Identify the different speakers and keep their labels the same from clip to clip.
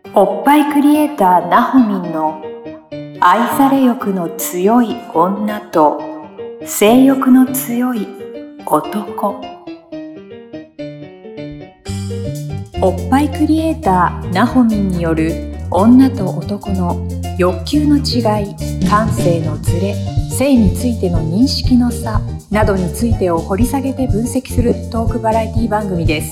Speaker 1: おっぱいクリエイターなほみんの愛され欲の強い女と性欲の強い男。おっぱいクリエイターなほみんによる女と男の欲求の違い、感性のズレ、性についての認識の差などについてを掘り下げて分析するトークバラエティ番組です。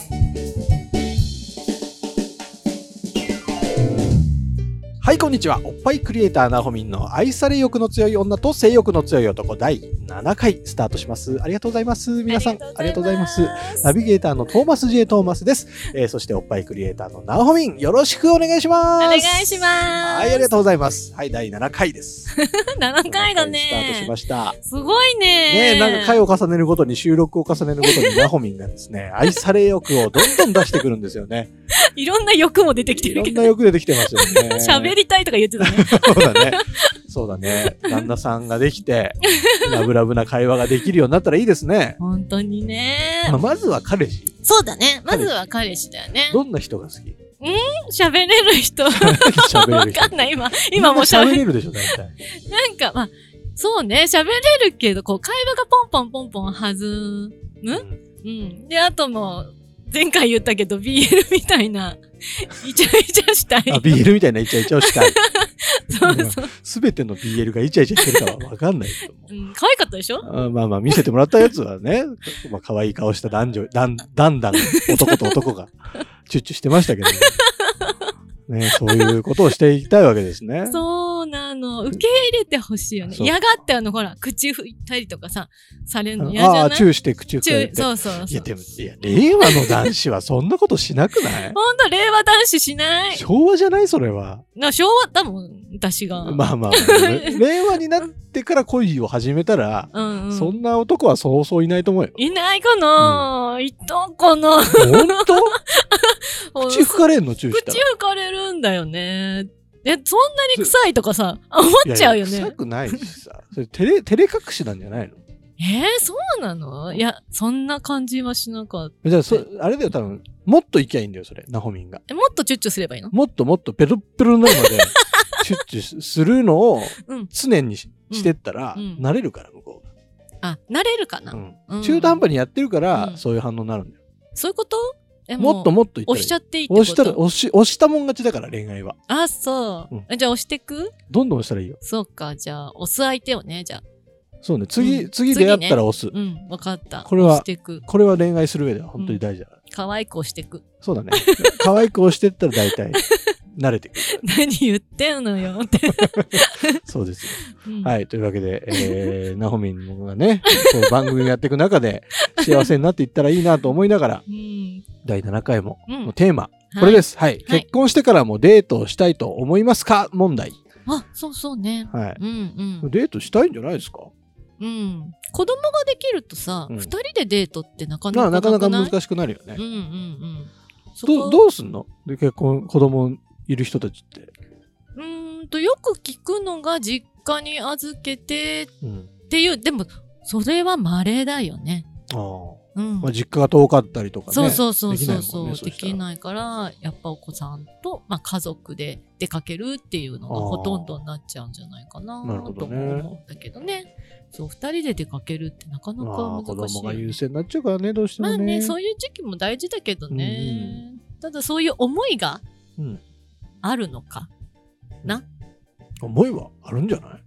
Speaker 2: はい、こんにちは。おっぱいクリエイターなほみんの愛され欲の強い女と性欲の強い男第7回スタートします。ありがとうございます。皆さんありがとうございます。ナビゲーターのトーマス J トーマスです。そしておっぱいクリエイターのなほみん、よろしくお願いします。
Speaker 3: お願いします。
Speaker 2: はい、ありがとうございます。はい、第7回です。
Speaker 3: 7回だね。
Speaker 2: スタートしました。
Speaker 3: すごいね。
Speaker 2: ね、なんか回を重ねるごとに収録を重ねるごとになほみんがですね、愛され欲をどんどん出してくるんですよね。
Speaker 3: いろんな欲も出てきてるけど。
Speaker 2: いろんな欲出てきてますよね。
Speaker 3: 喋りたいとか言ってたね。
Speaker 2: そうだね。そうだね。旦那さんができて、ラブラブな会話ができるようになったらいいですね。
Speaker 3: 本当にね。
Speaker 2: まずは彼氏。
Speaker 3: そうだね。まずは彼氏だよね。
Speaker 2: どんな人が好き？
Speaker 3: 喋れる人。
Speaker 2: 喋れる人。
Speaker 3: わかんない。今も
Speaker 2: 喋れるでしょ、大体。
Speaker 3: なんか、まあ、そうね。喋れるけど、こう、会話がポンポン弾む？うん。で、あともう、前回言ったけど、BL みたいな、イチャイチャしたい。
Speaker 2: BL みたいなイチャイチャをしたい。
Speaker 3: そうそう。
Speaker 2: すべての BL がイチャイチャしてるかはわかんないと思う。
Speaker 3: 可愛かったでしょ？
Speaker 2: まあ見せてもらったやつはね、まあ可愛い顔しただんだん男と男がチュッチュしてましたけどね。そういうことをしていきたいわけですね。
Speaker 3: そうなの。受け入れてほしいよね。嫌がってほら、口拭いたりとかさ、されるの嫌じゃない？
Speaker 2: ああ、チューして口拭かれて。
Speaker 3: そう。
Speaker 2: いや、でも、令和の男子はそんなことしなくない？
Speaker 3: ほんと、令和男子しない。
Speaker 2: 昭和じゃないそれは。
Speaker 3: 昭和だもん、私が。
Speaker 2: まあ、令和になってから恋を始めたら、そんな男はそうそういないと思うよ。
Speaker 3: いないかな？いたかな？
Speaker 2: ほんと？口拭かれんの？チューしたら。
Speaker 3: 口拭かれるんだよね。そんなに臭いとかさ、思っちゃうよね。
Speaker 2: 臭くないしさ。それ照れ隠しなんじゃないの？
Speaker 3: そうなの？いや、そんな感じはしなかった。
Speaker 2: じゃあ、あれだよ、多分、もっといきゃいいんだよ、それ、なほみんが。
Speaker 3: もっとチュッチュすればいいの？
Speaker 2: もっとペロッペロになるまで、チュッチュするのを、常にしてったら、慣れるから、向こう
Speaker 3: が。慣れるかな？
Speaker 2: 中途半端にやってるから、そういう反応になるんだよ。
Speaker 3: そういうこと？
Speaker 2: もっと言ったら
Speaker 3: 押しちゃっていいってこと？
Speaker 2: 押したもん勝ちだから、恋愛は。
Speaker 3: あ、そう。じゃあ押してく？
Speaker 2: どんどん押したらいいよ。
Speaker 3: そうか、じゃあ押す相手をね、じゃあ。
Speaker 2: そうね、次出会ったら押す。
Speaker 3: わかった。
Speaker 2: これは恋愛する上では本当に大事だから。
Speaker 3: 可愛く押してく。
Speaker 2: そうだね。可愛く押してったら大体、慣れてくる。
Speaker 3: 何言ってんのよって。
Speaker 2: そうですよ。はい。というわけで、なほみんがね、番組やっていく中で幸せになっていったらいいなと思いながら、第7回もテーマ、これです。はい。結婚してからもデートをしたいと思いますか？問題。
Speaker 3: あ、そうね。
Speaker 2: はい。デートしたいんじゃないですか？
Speaker 3: 子供ができるとさ、2人でデートってなかなか
Speaker 2: 難しくなるよね。どうすんの？で、結婚、子供いる人たちって。
Speaker 3: よく聞くのが実家に預けてっていう、でもそれは稀だよね。
Speaker 2: 実家が遠かったりとかね。
Speaker 3: そうできないからやっぱお子さんと、家族で出かけるっていうのがほとんどになっちゃうんじゃないかなと思うんだけどね。そう、2人で出かけるってなかなか難しい。
Speaker 2: 子供が優先になっちゃうからね、どうしてもね。
Speaker 3: そういう時期も大事だけどね。ただそういう思いがあるのかな。
Speaker 2: 思いはあるんじゃない？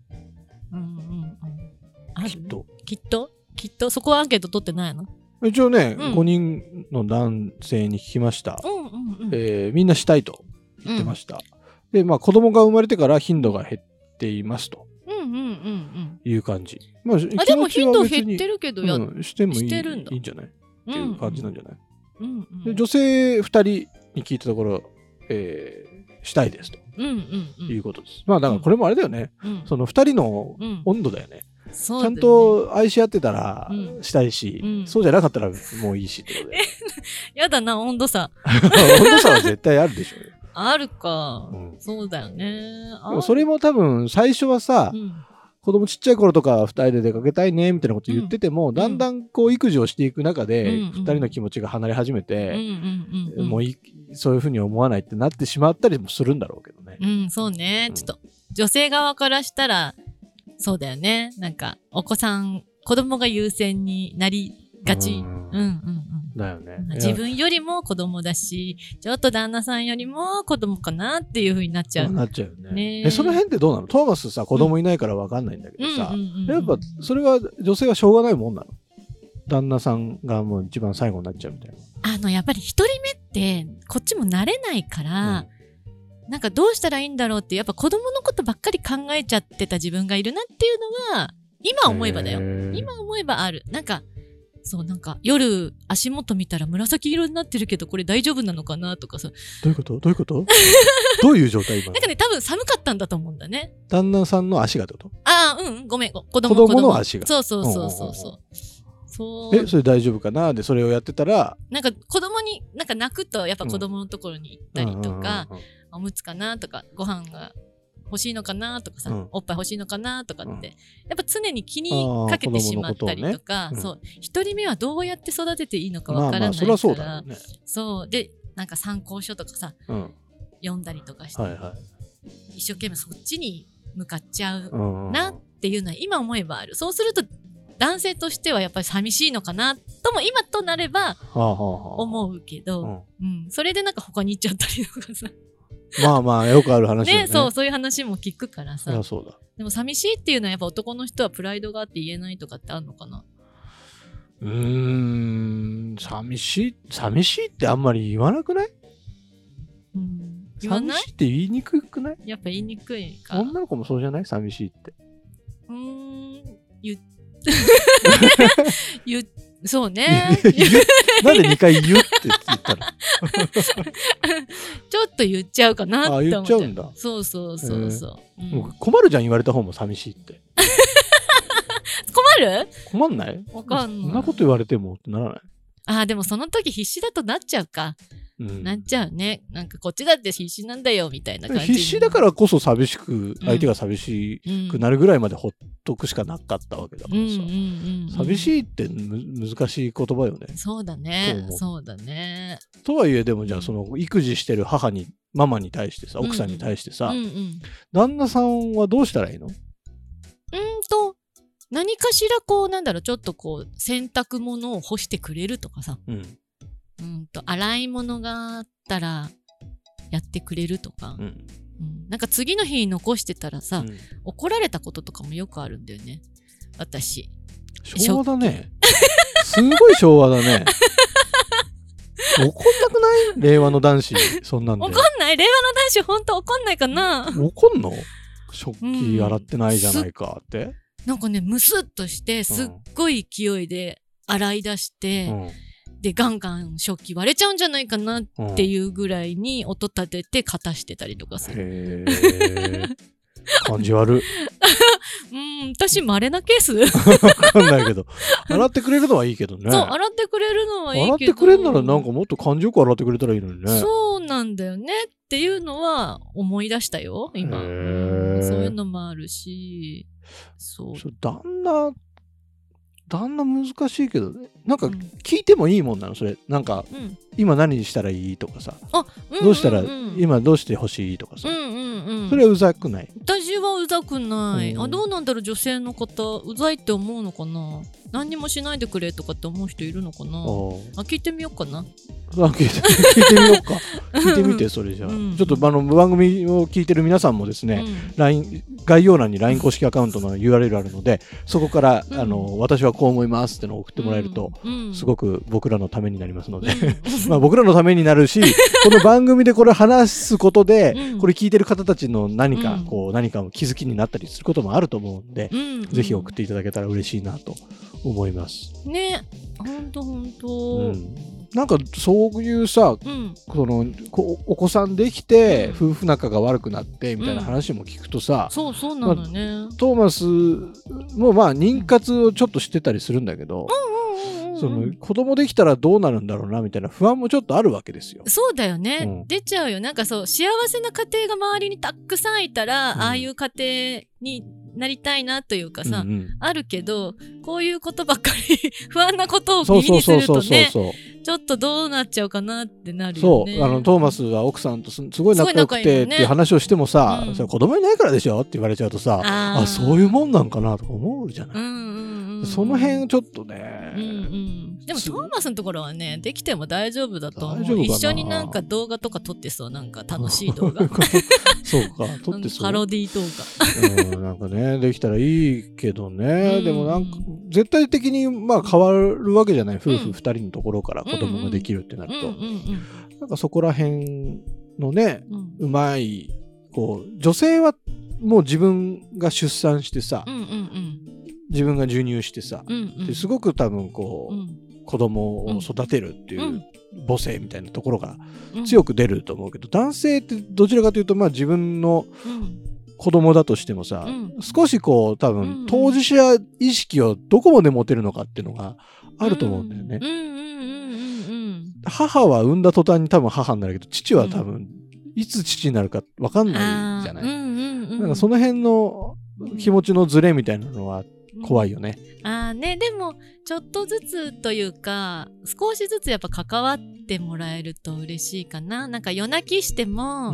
Speaker 3: ある？きっとそこはアンケート取ってないの？
Speaker 2: 一応ね、5人の男性に聞きました。みんなしたいと言ってました。で、子供が生まれてから頻度が減っていますという感じ。
Speaker 3: でも頻度減ってるけど
Speaker 2: してもいいんじゃないっていう感じなんじゃない？で、女性2人に聞いたところ、したいですということです。だからこれもあれだよね。その2人の温度だよね。ちゃんと愛し合ってたらしたいし、そうじゃなかったらもういいしってことで。
Speaker 3: やだな、温度差。
Speaker 2: 温度差は絶対あるでしょうよ。
Speaker 3: あるか。そうだよね。
Speaker 2: それも多分最初はさ、 子供ちっちゃい頃とか2人で出かけたいねみたいなこと言ってても、だんだんこう育児をしていく中で2人の気持ちが離れ始めて、もうそういうふうに思わないってなってしまったりもするんだろうけどね。
Speaker 3: そうね、ちょっと女性側からしたらそうだよね。なんかお子さん子供が優先になりがち。
Speaker 2: だよね。
Speaker 3: 自分よりも子供だし、ちょっと旦那さんよりも子供かなっていう風になっちゃう。
Speaker 2: なっちゃうよね。その辺ってどうなの？トーマスさ、子供いないから分かんないんだけどさ、やっぱそれは女性はしょうがないもんなの？旦那さんがもう一番最後になっちゃうみたい
Speaker 3: な。やっぱり一人目ってこっちも慣れないから、なんかどうしたらいいんだろうって、やっぱ子供のことばっかり考えちゃってた自分がいるなっていうのは、今思えばだよ。今思えばある。なんか夜足元見たら紫色になってるけどこれ大丈夫なのかなとかさ。
Speaker 2: どういうことどういう状態今？
Speaker 3: なんかね、多分寒かったんだと思うんだね。
Speaker 2: 旦那さんの足がってこと？
Speaker 3: ごめん。子
Speaker 2: 供の足が。
Speaker 3: そう。
Speaker 2: それ大丈夫かなでそれをやってたら、
Speaker 3: なんか子供になんか泣くとやっぱ子供のところに行ったりとか、おむつかなとかご飯が欲しいのかなとかさ、おっぱい欲しいのかなとかって、やっぱ常に気にかけてしまったりとか、一人目はどうやって育てていいのかわからないから、そうでなんか参考書とかさ、読んだりとかして、一生懸命そっちに向かっちゃうなっていうのは今思えばある。そうすると男性としてはやっぱり寂しいのかなとも今となれば思うけど、それでなんか他に行っちゃったりとかさ。
Speaker 2: まあよくある話だよね。
Speaker 3: そういう話も聞くからさ。
Speaker 2: そうだ。
Speaker 3: でも寂しいっていうのはやっぱ男の人はプライドがあって言えないとかってあるのかな？
Speaker 2: 寂しいってあんまり言わなくない？
Speaker 3: 言わない？
Speaker 2: 寂しいって言いにくくない？
Speaker 3: やっぱ言いにくいか。
Speaker 2: 女の子もそうじゃない？寂しいって。そうね。なんで2回言うって言ったの？
Speaker 3: ちょっと言っちゃうかなって思っちゃう。
Speaker 2: 言っちゃうんだ。
Speaker 3: そう。
Speaker 2: 困るじゃん、言われた方も寂しいって。困んない？
Speaker 3: わかんない。
Speaker 2: そんなこと言われてもってならない？
Speaker 3: でもその時必死だとなっちゃうか。なっちゃうね。なんかこっちだって必死なんだよみたいな感じ。
Speaker 2: 必死だからこそ相手が寂しくなるぐらいまでほっとくしかなかったわけだからさ。寂しいって難しい言葉よね。
Speaker 3: そうだね。
Speaker 2: とはいえでもじゃあその育児してるママに対してさ、奥さんに対してさ、旦那さんはどうしたらいいの？
Speaker 3: 何かしらちょっと洗濯物を干してくれるとかさ。洗い物があったらやってくれるとか、なんか次の日に残してたらさ、怒られたこととかもよくあるんだよね、私。
Speaker 2: 昭和だね。すごい昭和だね。怒んなくない？令和の男子、そんなんで。
Speaker 3: 怒んない？令和の男子ほんと怒んないかな？
Speaker 2: 怒んの？食器洗ってないじゃないかって。
Speaker 3: なんかね、ムスッとしてすっごい勢いで洗い出して、でガンガン食器割れちゃうんじゃないかなっていうぐらいに音立てて片してたりとかする。
Speaker 2: 感じ悪い。
Speaker 3: 私稀なケース？
Speaker 2: わかんないけど、洗ってくれるのはいいけどね。
Speaker 3: そう、洗ってくれるのはいいけど、
Speaker 2: 洗ってくれるならなんかもっと感じよく洗ってくれたらいいのにね。
Speaker 3: そうなんだよねっていうのは思い出したよ今。そういうのもあるし、
Speaker 2: 旦那難しいけど、なんか聞いてもいいもんなのそれ。なんか、今何したらいいとかさ、どうしたら、今どうしてほしいとかさ、それはうざくない？
Speaker 3: 私はうざくない。どうなんだろう、女性の方うざいって思うのかな？何にもしないでくれとかって思う人いるのかな？聞いてみようかな。
Speaker 2: 聞いてみようか。聞いてみて、それじゃあ、ちょっと番組を聞いてる皆さんもですね、概要欄に LINE 公式アカウントの URL あるので、そこから、私はこう思いますってのを送ってもらえると、すごく僕らのためになりますので、僕らのためになるし、この番組でこれ話すことで、これ聞いてる方たちの何か気づきになったりすることもあると思うんで、ぜひ送っていただけたら嬉しいなと思います。
Speaker 3: ね、ほんと。
Speaker 2: なんかそういうさ、お子さんできて、夫婦仲が悪くなってみたいな話も聞くとさ、
Speaker 3: そうなのね。
Speaker 2: トーマスもまあ妊活をちょっとしてたりするんだけど、 その子供できたらどうなるんだろうなみたいな不安もちょっとあるわけですよ。
Speaker 3: そうだよね、出ちゃうよ。なんかそう、幸せな家庭が周りにたくさんいたら、ああいう家庭になりたいなというかさ、あるけど、こういうことばっかり不安なことを耳にするとね、ちょっとどうなっちゃうかなってなるよね。
Speaker 2: そう、トーマスは奥さんとすごい仲良くてっていう話をしてもさ、それ子供いないからでしょって言われちゃうとさ、あ、そういうもんなんかなとか思うじゃない。その辺ちょっとね、
Speaker 3: でもトーマスのところはね、できても大丈夫だと思う。一緒になんか動画とか撮ってそう、なんか楽しい動画
Speaker 2: そうか、撮ってそう、
Speaker 3: パロディ動
Speaker 2: 画なんかね、できたらいいけどね、でもなんか絶対的にまあ変わるわけじゃない、夫婦2人のところから子供ができるってなると、なんかそこら辺のね、うまい、こう女性はもう自分が出産してさ、自分が授乳してさ、ですごく多分こう、子供を育てるっていう母性みたいなところが強く出ると思うけど、男性ってどちらかというとまあ自分の子供だとしてもさ、少しこう多分当事者意識をどこまで持てるのかっていうのがあると思うんだよね。母は産んだ途端に多分母になるけど、父は多分いつ父になるか分かんないじゃない。なんかその辺の気持ちのズレみたいなのは怖いよね。
Speaker 3: でもちょっとずつというか、少しずつやっぱ関わってもらえると嬉しいかな。なんか夜泣きしても、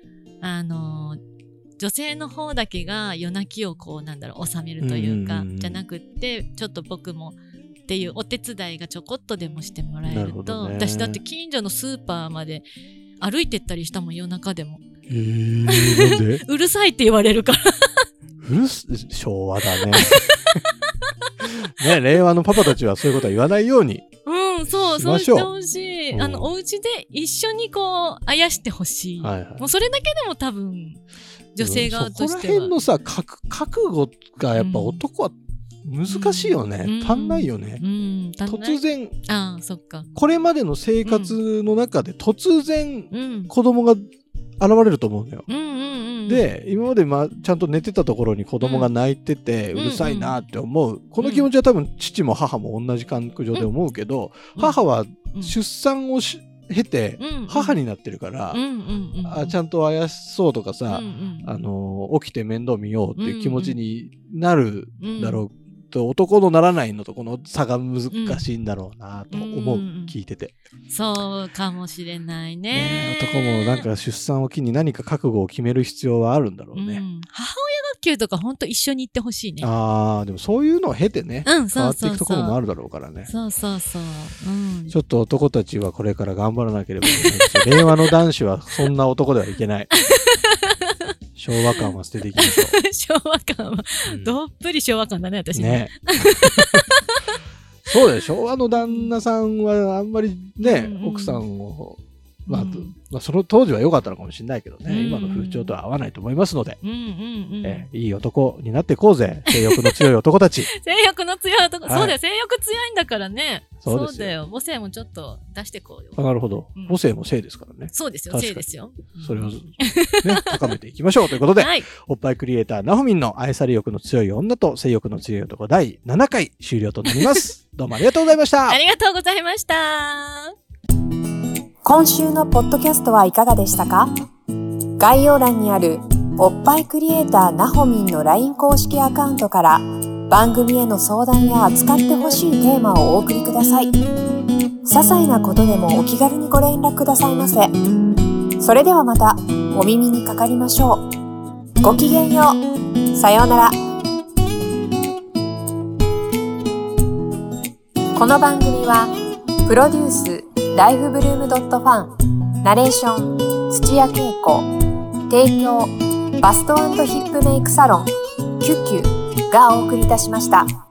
Speaker 3: 女性の方だけが夜泣きをこう収めるというか、じゃなくってちょっと僕もっていうお手伝いがちょこっとでもしてもらえると、私だって近所のスーパーまで歩いてったりしたもん、夜中でも。
Speaker 2: なんで
Speaker 3: うるさいって言われるから
Speaker 2: 昭和だねね、令和のパパたちはそういうことは言わないように
Speaker 3: そうしてほしい。お家で一緒にこうあやしてほしい、もうそれだけでも多分女性側としては
Speaker 2: そこら辺のさ、覚悟がやっぱ男は難しいよね、足んないよね、突然
Speaker 3: そっか、
Speaker 2: これまでの生活の中で突然子供が現れると思うのよ、で今までちゃんと寝てたところに子供が泣いてて、うるさいなって思う、この気持ちは多分父も母も同じ感覚上で思うけど、母は出産を経て母になってるから、ちゃんとあやそうとかさ、起きて面倒見ようっていう気持ちになるだろうと、男のならないのとこの差が難しいんだろうなと思う、聞いてて。
Speaker 3: そうかもしれないね。
Speaker 2: 男もなんか出産を機に何か覚悟を決める必要はあるんだろうね。
Speaker 3: 母親学級とか本当一緒に行ってほしいね。
Speaker 2: でもそういうのを経てね、変わっていくところもあるだろうからね。
Speaker 3: ち
Speaker 2: ょっと男たちはこれから頑張らなければいけないし、令和の男子はそんな男ではいけない。昭和感は捨てていきましょう。
Speaker 3: 昭和感は、どっぷり昭和感だね、私ね。
Speaker 2: そうだよ、昭和の旦那さんはあんまりね、奥さんを、その当時は良かったのかもしれないけどね、今の風潮とは合わないと思いますので、いい男になっていこうぜ、性欲の強い男たち。
Speaker 3: 性欲の強い男、そうだよ、性欲強いんだからね。そうだよ、母性もちょっと出してこうよ。
Speaker 2: なるほど、母性も性ですからね。
Speaker 3: そうですよ、性ですよ。
Speaker 2: それを高めていきましょうということで、おっぱいクリエイターなほみんの愛され欲の強い女と性欲の強い男第7回終了となります。どうもありがとうございました。
Speaker 3: ありがとうございました。
Speaker 1: 今週のポッドキャストはいかがでしたか？概要欄にあるおっぱいクリエイターなほみんの LINE 公式アカウントから番組への相談や扱ってほしいテーマをお送りください。些細なことでもお気軽にご連絡くださいませ。それではまたお耳にかかりましょう。ごきげんよう。さようなら。この番組はプロデュースライフブルームドットファン、ナレーション土屋恵子、提供バスト&ヒップメイクサロンキュッキュがお送りいたしました。